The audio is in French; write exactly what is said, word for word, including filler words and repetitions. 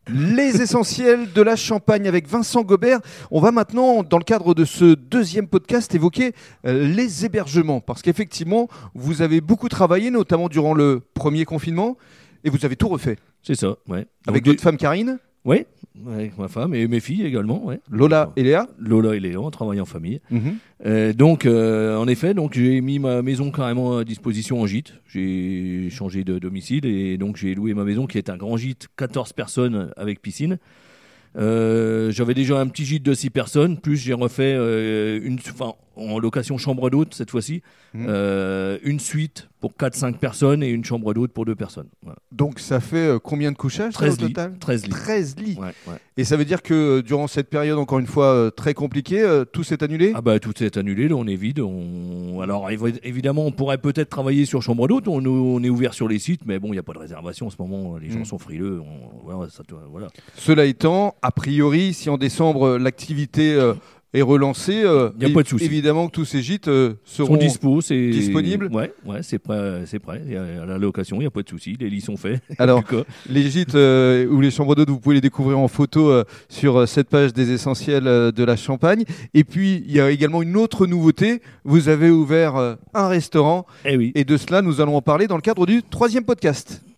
Les essentiels de la Champagne avec Vincent Gobert. On va maintenant, dans le cadre de ce deuxième podcast, évoquer euh, les hébergements. Parce qu'effectivement, vous avez beaucoup travaillé, notamment durant le premier confinement, et vous avez tout refait. C'est ça, ouais. Avec Donc, votre femme Karine, Oui, avec ma femme et mes filles également, ouais. Lola et Léa. Lola et Léa, on travaille en famille. Mhm. Euh, donc, euh, en effet, donc j'ai mis ma maison carrément à disposition en gîte. J'ai changé de domicile et donc j'ai loué ma maison qui est un grand gîte, quatorze personnes avec piscine. Euh, j'avais déjà un petit gîte de six personnes, plus j'ai refait euh, une, enfin, en location chambre d'hôte cette fois-ci, Mmh. euh, une suite pour quatre cinq personnes et une chambre d'hôte pour deux personnes. Voilà. Donc ça fait euh, combien de couchages ça, au treize lits. total treize lits. treize lits. Ouais, ouais. Et ça veut dire que euh, durant cette période, encore une fois, euh, très compliquée, euh, tout s'est annulé. Ah bah tout est annulé, là on est vide. On... Alors évi- évidemment on pourrait peut-être travailler sur chambre d'hôte, on, on est ouvert sur les sites, mais bon il n'y a pas de réservation en ce moment, les gens Mm. sont frileux. On... Voilà, ça, voilà. Cela étant, a priori, si en décembre euh, l'activité euh, est relancée, euh, Y a pas de souci. évidemment que tous ces gîtes euh, seront Sont dispo, c'est disponibles. Ouais, ouais, c'est prêt, c'est prêt. Il y a- à la location, il n'y a pas de souci, les lits sont faits. Alors, Du coup, les gîtes euh, ou les chambres d'hôte, vous pouvez les découvrir en photo euh, sur euh, cette page des essentiels euh, de la Champagne. Et puis, il y a également une autre nouveauté. Vous avez ouvert euh, un restaurant. eh oui. Et de cela, nous allons en parler dans le cadre du troisième podcast.